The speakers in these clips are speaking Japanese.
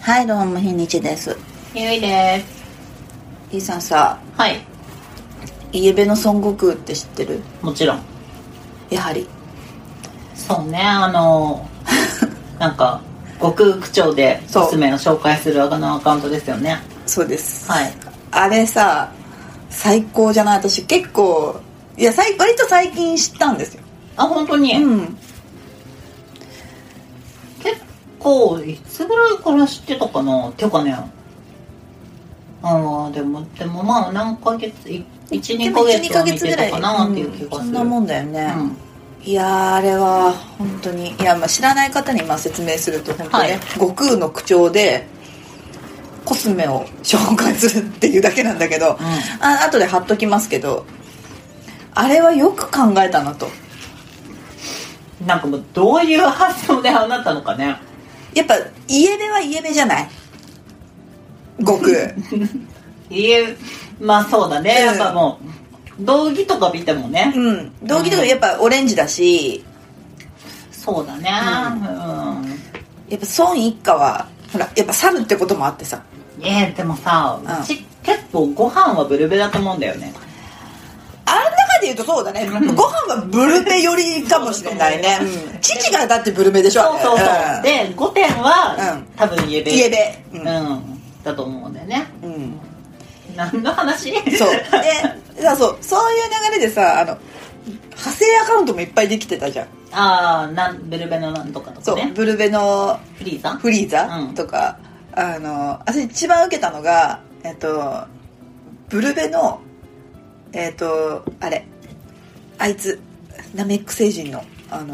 はい、どうも日にちです。 ゆいです。 イーさんさ、 はい。 イエベの孫悟空って知ってる？ もちろん。 やはり。 そうね、なんか悟空口調でコスメを紹介するアカウントですよね。 そうです。 はい。 あれさ、最高じゃない？私結構割と最近知ったんですよ。 あ、本当に。 うん。 結構いつぐらいから知ってたかな。ていうかね。でもまあ何ヶ月1-2ヶ月は見てたかなっていう気がする。 そんなもんだよね。 うん、 いやあれは本当に知らない方に説明すると本当ね、はい、悟空の口調でコスメを紹介するっていうだけなんだけど、後で貼っときますけど、あれはよく考えたなと。 なんかもうどういう発想でああなったのかね。 やっぱイエベはイエベじゃない、悟空まあそうだね、やっぱもう道着とか見てもね、 道着とかやっぱオレンジだし、 そうだね、 やっぱ孫一家はほらやっぱ猿ってこともあってさ、 でもさ、私結構ご飯はブルベだと思うんだよね。 あん中で言うとそうだね、ご飯はブルベ寄りかもしれないね、父がだってブルベでしょ。 そう、で5点は、多分イエベ、だと思うんだよね。何の話？そういう流れでさ、派生アカウントもいっぱいできてたじゃん。 ブルベのなんとかとかね。 そう、ブルベのフリーザとか、私一番受けたのがブルベのあいつナメック星人の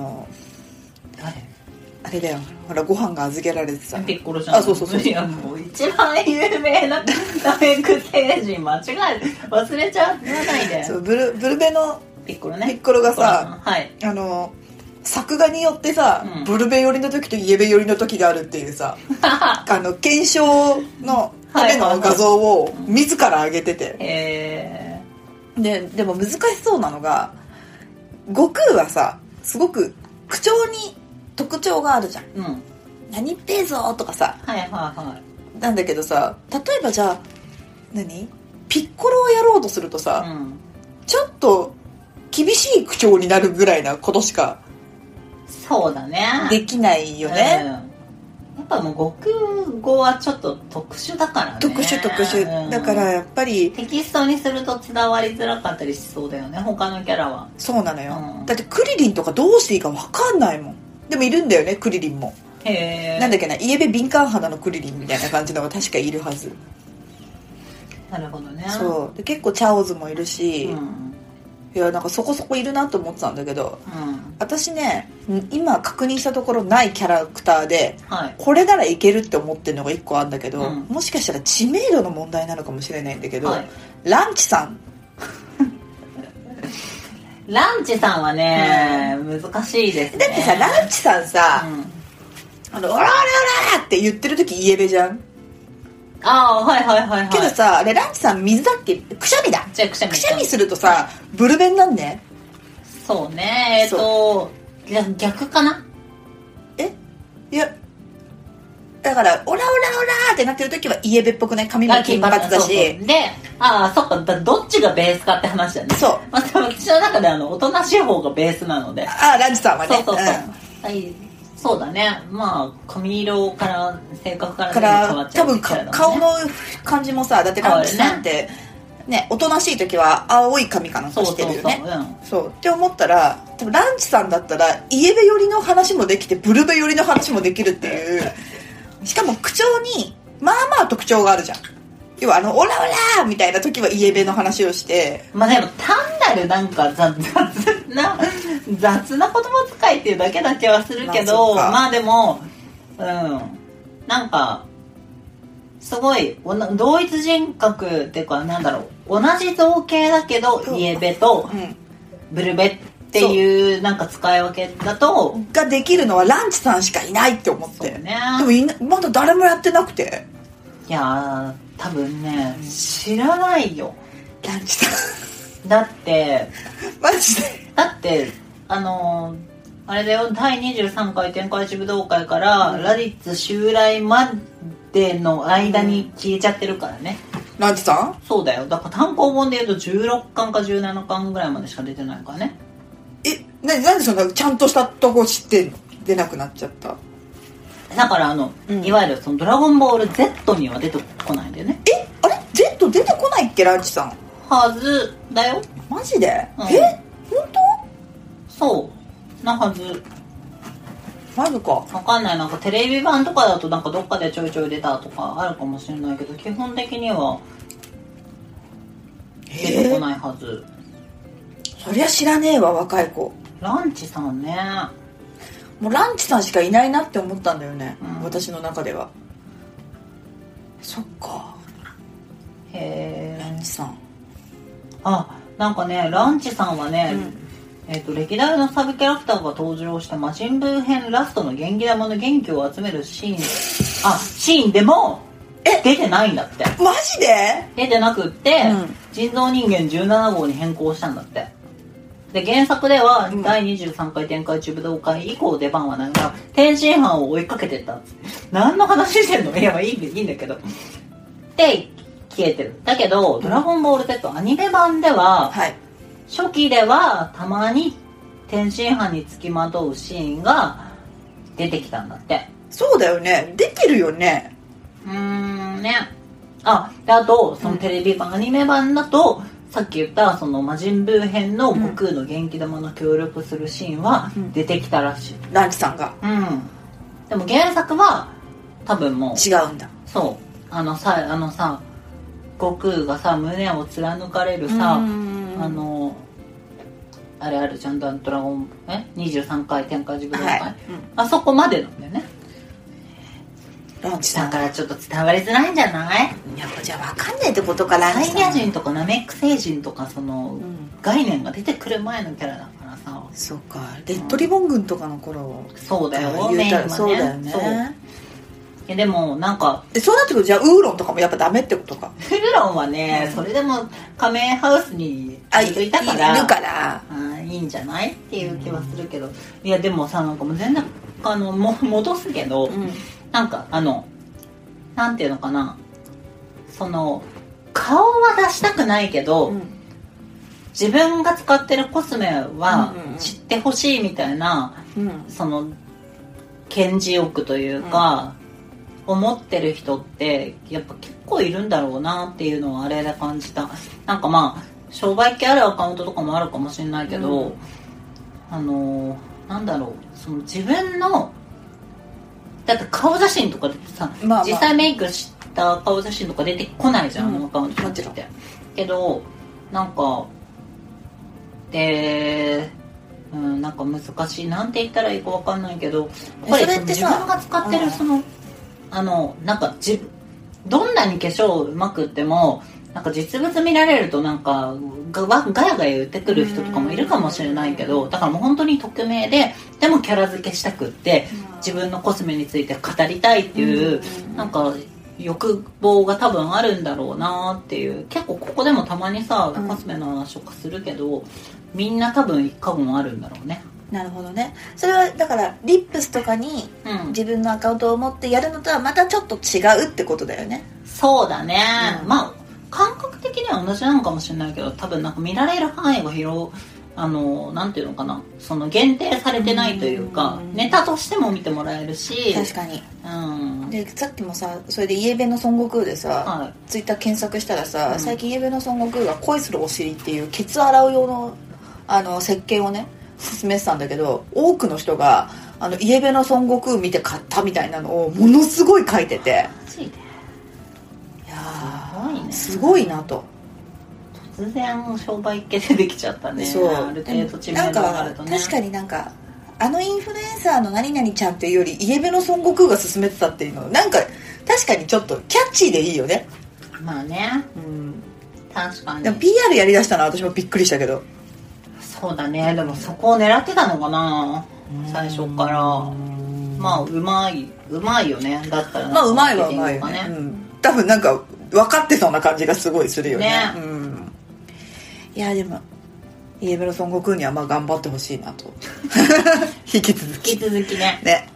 あれだよ、ほらご飯が預けられてさ、 ピッコロじゃん。あ、そういやもう一番有名なナメック星人間違え忘れちゃわないで。 そう、ブルベのピッコロね。 ピッコロがさ、作画によってさ、ブルベ寄りの時とイエベ寄りの時があるっていうさ検証のための画像を自ら上げてて、でも難しそうなのが、悟空はさすごく口調に特徴があるじゃん、何言ってーぞーとかさ、なんだけどさ、例えばじゃあピッコロをやろうとするとさ、ちょっと厳しい口調になるぐらいなことしかそうだねできないよね、 やっぱもう悟空語はちょっと特殊だからね。 特殊、だからやっぱりテキストにすると伝わりづらかったりしそうだよね、他のキャラは。 そうなのよ、だってクリリンとかどうしていいか分かんないもん。でもいるんだよね、クリリンも。なんだっけな、イエベ敏感肌のクリリンみたいな感じのが確かいるはず。 なるほどね。 そうで、結構チャオズもいるし、いやなんかそこそこいるなと思ってたんだけど、私ね今確認したところないキャラクターで、これならいけるって思ってるのが1個あるんだけど、もしかしたら知名度の問題なのかもしれないんだけど、ランチさんランチさんはね、難しいですね。 だってさ、ランチさんさ、オラオラオラって言ってる時イエベじゃん。けどさ、あれランチさん水だっけ？くしゃみだ。くしゃみするとさ、ブルベになんね。 そうね、逆かな。 いやだからオラオラオラってなってる時はイエベっぽくない？髪も金髪だし。 で、そっか、どっちがベースかって話だね。そう。私の中でおとなしい方がベースなので。 ランチさんはね。 そうだね。まあ髪色から性格から変わっちゃう、ね、 多分顔の感じもさ、だってランチさんってね、おとなしい時は青い髪かなんかしてるよね。そうって思ったら、多分ランチさんだったらイエベ寄りの話もできてブルベ寄りの話もできるっていう。しかも口調にまあまあ特徴があるじゃん。要はオラオラみたいな時はイエベの話をして、 まあでも単なるなんか雑な言葉遣いっていうだけはするけど、まあでもなんかすごい同一人格っていうか、なんだろう、同じ造形だけどイエベとブルベっていうなんか使い分けだとができるのはランチさんしかいないって思って、でもまだ誰もやってなくて。 いや多分ね、知らないよランチさん。だってマジでだってあれだよ、第23回天下一武道会から、ラディッツ襲来までの間に消えちゃってるからね。 ランチさん？ そうだよ。だから単行本でいうと16巻か17巻ぐらいまでしか出てないからね。 なんでそんなちゃんとしたとこ知って出なくなっちゃった？ だからいわゆるそのドラゴンボール Z には出てこないんだよね。 あれ Z 出てこないっけランチさん？ はずだよ。 マジで？ うん、 本当？ そうなはず。 マジか。 わかんない。なんかテレビ版とかだとなんかどっかでちょいちょい出たとかあるかもしれないけど、基本的には出てこないはず。 そりゃ知らねえわ、若い子。 ランチさんね。 もうランチさんしかいないなって思ったんだよね、私の中では。そっか。 へえ。 ランチさん。 なんかね、ランチさんはね、歴代のサブキャラクターが登場した魔人ブー編ラストの元気玉の元気を集めるシーンでも出てないんだって。 マジで？ 出てなくって、人造人間17号に変更したんだって。で原作では第23回天下一武道会以降出番はないが天津飯を追いかけてったっつって、何の話してんの？いや、いいんだけどで消えてる。だけど、ドラゴンボール Z アニメ版では、初期ではたまに天津飯につきまとうシーンが出てきたんだって。 そうだよね、出てるよね。 ね。であとそのテレビ版、アニメ版だとさっき言ったその魔人ブー編の悟空の元気玉の協力するシーンは出てきたらしい、 ランチさんが。 でも原作は多分もう違うんだ。 そうさ悟空がさ胸を貫かれるさあれあるじゃん、ドラゴン23回天下一武道会、あそこまでなんだよね。 ランチさんだからちょっと伝わりづらいんじゃない？ やっぱじゃあ分かんないってことか。ランチさんサイヤ人とかナメック星人とかその、概念が出てくる前のキャラだからさ。 そうか、レッドリボン軍とかの頃、 そうだよ、 メインはね。そうだよね。 でもなんかそうなってくるとじゃあウーロンとかもやっぱダメってことか。 ウーロンはね、それでも仮面ハウスにいたからいるからいいんじゃないっていう気はするけど、いやでもさ、なんかもう全然戻すけど、なんかなんていうのかな、その顔は出したくないけど、自分が使ってるコスメは知ってほしいみたいな、その顕示欲というか、思ってる人ってやっぱ結構いるんだろうなっていうのをあれで感じた。なんかまあ商売系あるアカウントとかもあるかもしれないけど、なんだろう、その自分のだって顔写真とかでさ、実際メイクした顔写真とか出てこないじゃん、アカウントってけど、なんかなんか難しい、なんて言ったらいいか分かんないけど、やっぱり自分が使ってるそのなんかどんなに化粧うまくってもなんか実物見られるとなんかガヤガヤ言ってくる人とかもいるかもしれないけど、だからもう本当に匿名でもキャラ付けしたくって自分のコスメについて語りたいっていうなんか欲望が多分あるんだろうなっていう。結構ここでもたまにさコスメの話とかするけど、みんな多分一過言あるんだろうね。 なるほどね。それはだからリップスとかに自分のアカウントを持ってやるのとはまたちょっと違うってことだよね。 そうだね、まあ感覚的には同じなのかもしれないけど、多分なんか見られる範囲がなんていうのかな、その限定されてないというか、ネタとしても見てもらえるし。 確かに。でさっきもさ、それでイエベの孫悟空でさ、ツイッター検索したらさ、最近イエベの孫悟空が恋するお尻っていうケツ洗う用の石鹸をね勧めてたんだけど、多くの人がイエベの孫悟空見て買ったみたいなのをものすごい書いてて、いやすごいなと。 突然商売系でできちゃったね。そう、ある程度知名度があるとね。 確かになんかインフルエンサーの何々ちゃんっていうよりイエベの孫悟空が勧めてたっていうのなんか確かにちょっとキャッチーでいいよね。 まあね、確かに。 でも PR やりだしたのは私もびっくりしたけど。 そうだね。でもそこを狙ってたのかな、最初から。まあうまいよね。だったらまあうまいはうまいよね、多分なんか分かってそうな感じがすごいするよね。いやでもイエベの孫悟空にはまあ頑張ってほしいなと引き続きね。